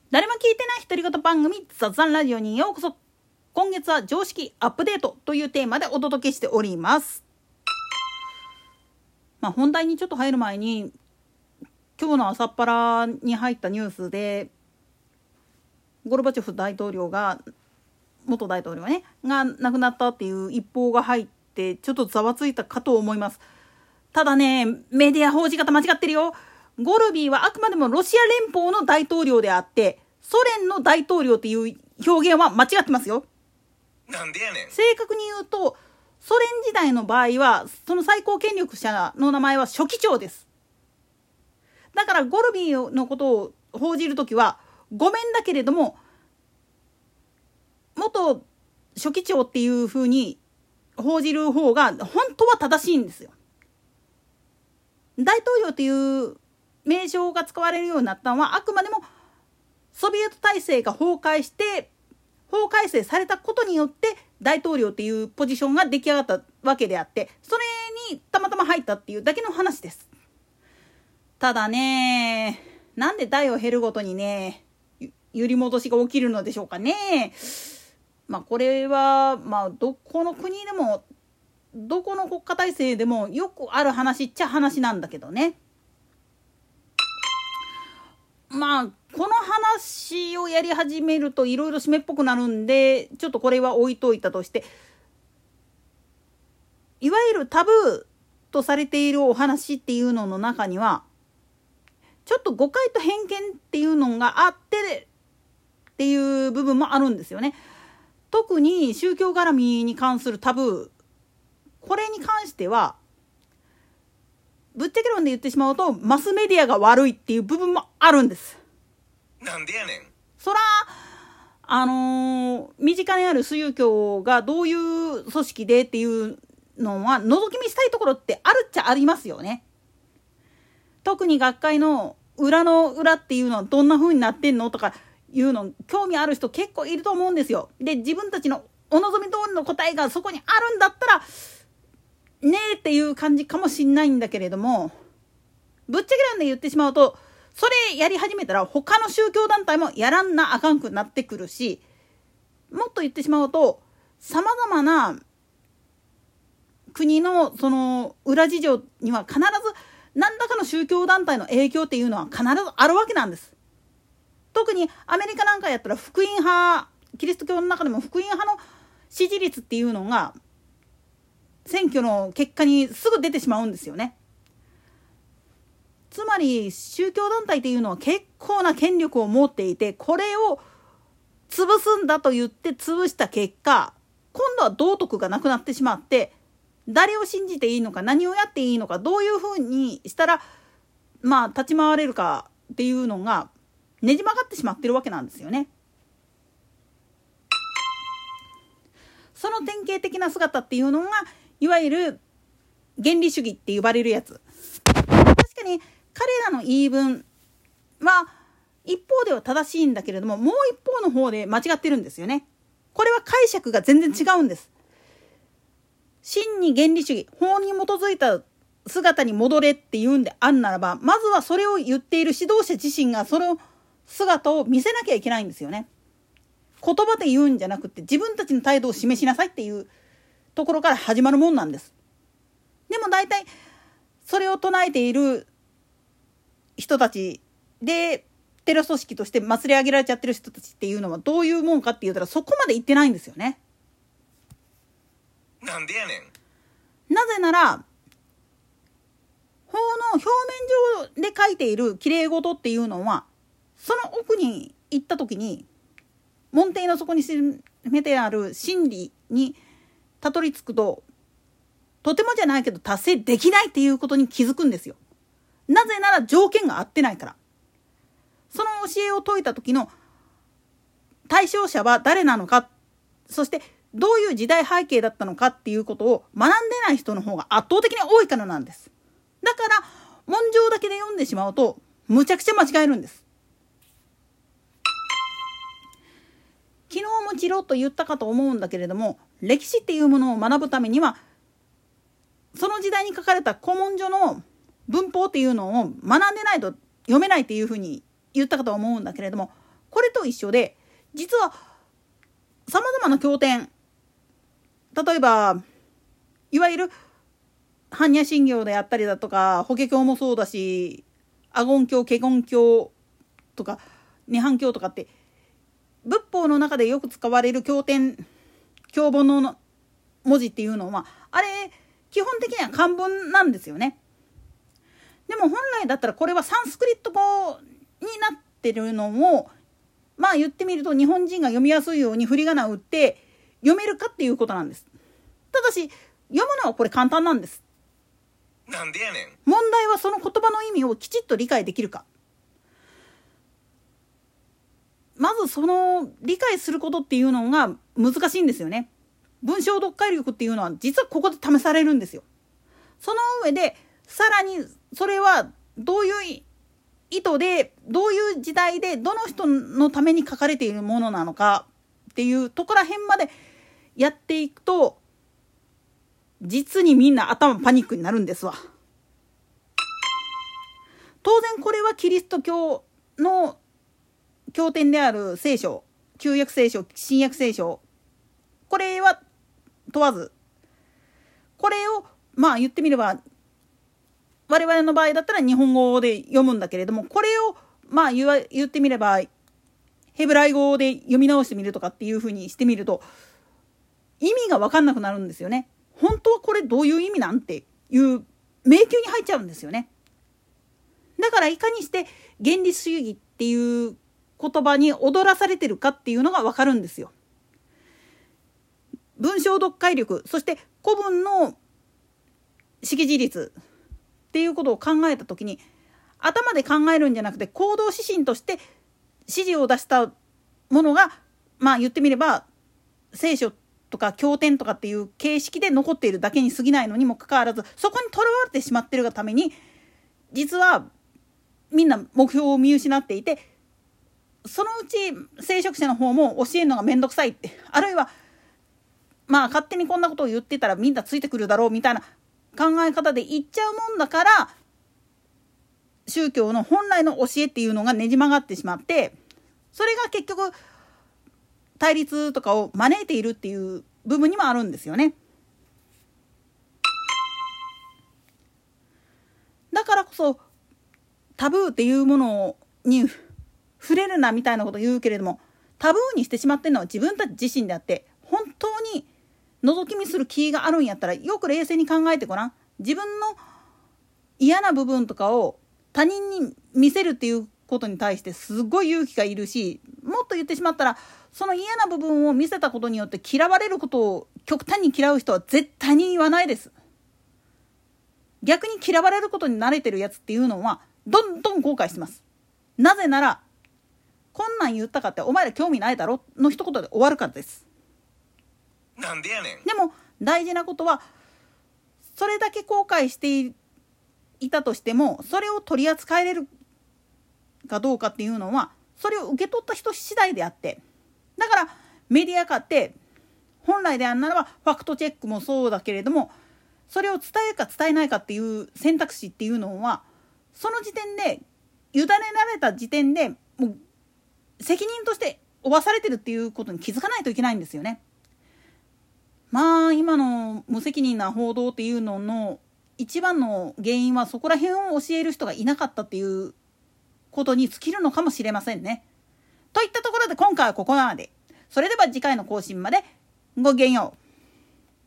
誰も聞いてない独り言番組雑談ラジオにようこそ。今月は常識アップデートというテーマでお届けしております。本題にちょっと入る前に、今日の朝っぱらに入ったニュースでゴルバチョフ大統領が元大統領ねが亡くなったっていう一報が入ってちょっとざわついたかと思います。ただね、メディア報じ方間違ってるよ。ゴルビーはあくまでもロシア連邦の大統領であってソ連の大統領っていう表現は間違ってますよ。 なんでやねん。 正確に言うとソ連時代の場合はその最高権力者の名前は書記長です。だからゴルビーのことを報じるときはごめんだけれども元書記長っていうふうに報じる方が本当は正しいんですよ。大統領っていう名称が使われるようになったのはあくまでもソビエト体制が崩壊して法改正されたことによって大統領っていうポジションが出来上がったわけであって、それにたまたま入ったっていうだけの話です。ただね、なんで代を経るごとにね揺り戻しが起きるのでしょうかね。これはどこの国でもどこの国家体制でもよくある話っちゃ話なんだけどね。この話をやり始めるといろいろ締めっぽくなるんでちょっとこれは置いといたとして、いわゆるタブーとされているお話っていうのの中にはちょっと誤解と偏見っていうのがあってっていう部分もあるんですよね。特に宗教絡みに関するタブー、これに関してはぶっちゃけ論で言ってしまうとマスメディアが悪いっていう部分もあるんです。 なんでやねん。 そら身近にある宗教がどういう組織でっていうのは覗き見したいところってあるっちゃありますよね。特に学会の裏の裏っていうのはどんな風になってんのとかいうの興味ある人結構いると思うんですよ。で自分たちのお望み通りの答えがそこにあるんだったらねえっていう感じかもしんないんだけれども、ぶっちゃけなんで言ってしまうとそれやり始めたら他の宗教団体もやらんなあかんくなってくるし、もっと言ってしまうとさまざまな国のその裏事情には必ず何らかの宗教団体の影響っていうのは必ずあるわけなんです。特にアメリカなんかやったら福音派、キリスト教の中でも福音派の支持率っていうのが選挙の結果にすぐ出てしまうんですよね。つまり宗教団体っていうのは結構な権力を持っていて、これを潰すんだと言って潰した結果、今度は道徳がなくなってしまって誰を信じていいのか何をやっていいのかどういうふうにしたら立ち回れるかっていうのがねじ曲がってしまってるわけなんですよね。その典型的な姿っていうのがいわゆる原理主義って呼ばれるやつ。確かに彼らの言い分は一方では正しいんだけれども、もう一方の方で間違ってるんですよね。これは解釈が全然違うんです。真に原理主義、法に基づいた姿に戻れって言うんであるならば、まずはそれを言っている指導者自身がその姿を見せなきゃいけないんですよね。言葉で言うんじゃなくて自分たちの態度を示しなさいっていうところから始まるもんなんです。でも大体それを唱えている人たちでテロ組織として祭り上げられちゃってる人たちっていうのはどういうもんかって言ったらそこまで言ってないんですよね。 なんでやねん。なぜなら法の表面上で書いているきれい事っていうのはその奥に行った時に門底の底に秘めてある真理にたどり着くととてもじゃないけど達成できないっていうことに気づくんですよ。なぜなら条件が合ってないから。その教えを説いた時の対象者は誰なのか、そしてどういう時代背景だったのかっていうことを学んでない人の方が圧倒的に多いからなんです。だから文章だけで読んでしまうとむちゃくちゃ間違えるんです。昨日もちろっと言ったかと思うんだけれども、歴史っていうものを学ぶためにはその時代に書かれた古文書の文法っていうのを学んでないと読めないっていうふうに言ったかと思うんだけれども、 これと一緒で、実はさまざまな経典、例えばいわゆる般若心経であったりだとか、法華経もそうだし、阿言経、華厳経とか涅槃経とかって仏法の中でよく使われる経典、経本の文字っていうのはあれ基本的には漢文なんですよね。でも本来だったらこれはサンスクリット語になってるのを、まあ言ってみると日本人が読みやすいように振り仮名を打って読めるかっていうことなんです。ただし読むのはこれ簡単なんです。 なんでやねん。 問題はその言葉の意味をきちっと理解できるか。まずその理解することっていうのが難しいんですよね。文章読解力っていうのは実はここで試されるんですよ。その上でさらにそれはどういう意図で、どういう時代で、どの人のために書かれているものなのかっていうところら辺までやっていくと、実にみんな頭パニックになるんですわ。当然これはキリスト教の経典である聖書、旧約聖書、新約聖書、これは問わず、これをまあ言ってみれば我々の場合だったら日本語で読むんだけれども、これをまあ言ってみればヘブライ語で読み直してみるとかっていうふうにしてみると意味が分かんなくなるんですよね。本当はこれどういう意味なんていう迷宮に入っちゃうんですよね。だからいかにして原理主義っていう言葉に踊らされてるかっていうのが分かるんですよ。文章読解力、そして古文の識字率っていうことを考えたときに、頭で考えるんじゃなくて行動指針として指示を出したものが、まあ言ってみれば聖書とか経典とかっていう形式で残っているだけに過ぎないのにもかかわらず、そこにとらわれてしまっているがために実はみんな目標を見失っていて、そのうち聖職者の方も教えるのがめんどくさいって、あるいはまあ勝手にこんなことを言ってたらみんなついてくるだろうみたいな考え方で言っちゃうもんだから、宗教の本来の教えっていうのがねじ曲がってしまって、それが結局対立とかを招いているっていう部分にもあるんですよね。だからこそタブーっていうものに触れるなみたいなことを言うけれども、タブーにしてしまってるのは自分たち自身であって、本当に覗き見する気があるんやったらよく冷静に考えてごらん。自分の嫌な部分とかを他人に見せるっていうことに対してすごい勇気がいるし、もっと言ってしまったらその嫌な部分を見せたことによって嫌われることを極端に嫌う人は絶対に言わないです。逆に嫌われることに慣れてるやつっていうのはどんどん後悔してます。なぜならこんなん言ったかってお前ら興味ないだろの一言で終わるからです。 なんでやねん。 でも大事なことは、それだけ後悔していたとしてもそれを取り扱えれるかどうかっていうのはそれを受け取った人次第であって、だからメディア化って本来であるならばファクトチェックもそうだけれども、それを伝えるか伝えないかっていう選択肢っていうのはその時点で委ねられた時点でもう責任として負わされてるっていうことに気づかないといけないんですよね。まあ今の無責任な報道っていうのの一番の原因はそこら辺を教える人がいなかったっていうことに尽きるのかもしれませんね。といったところで今回はここまで。それでは次回の更新までごきげんよう。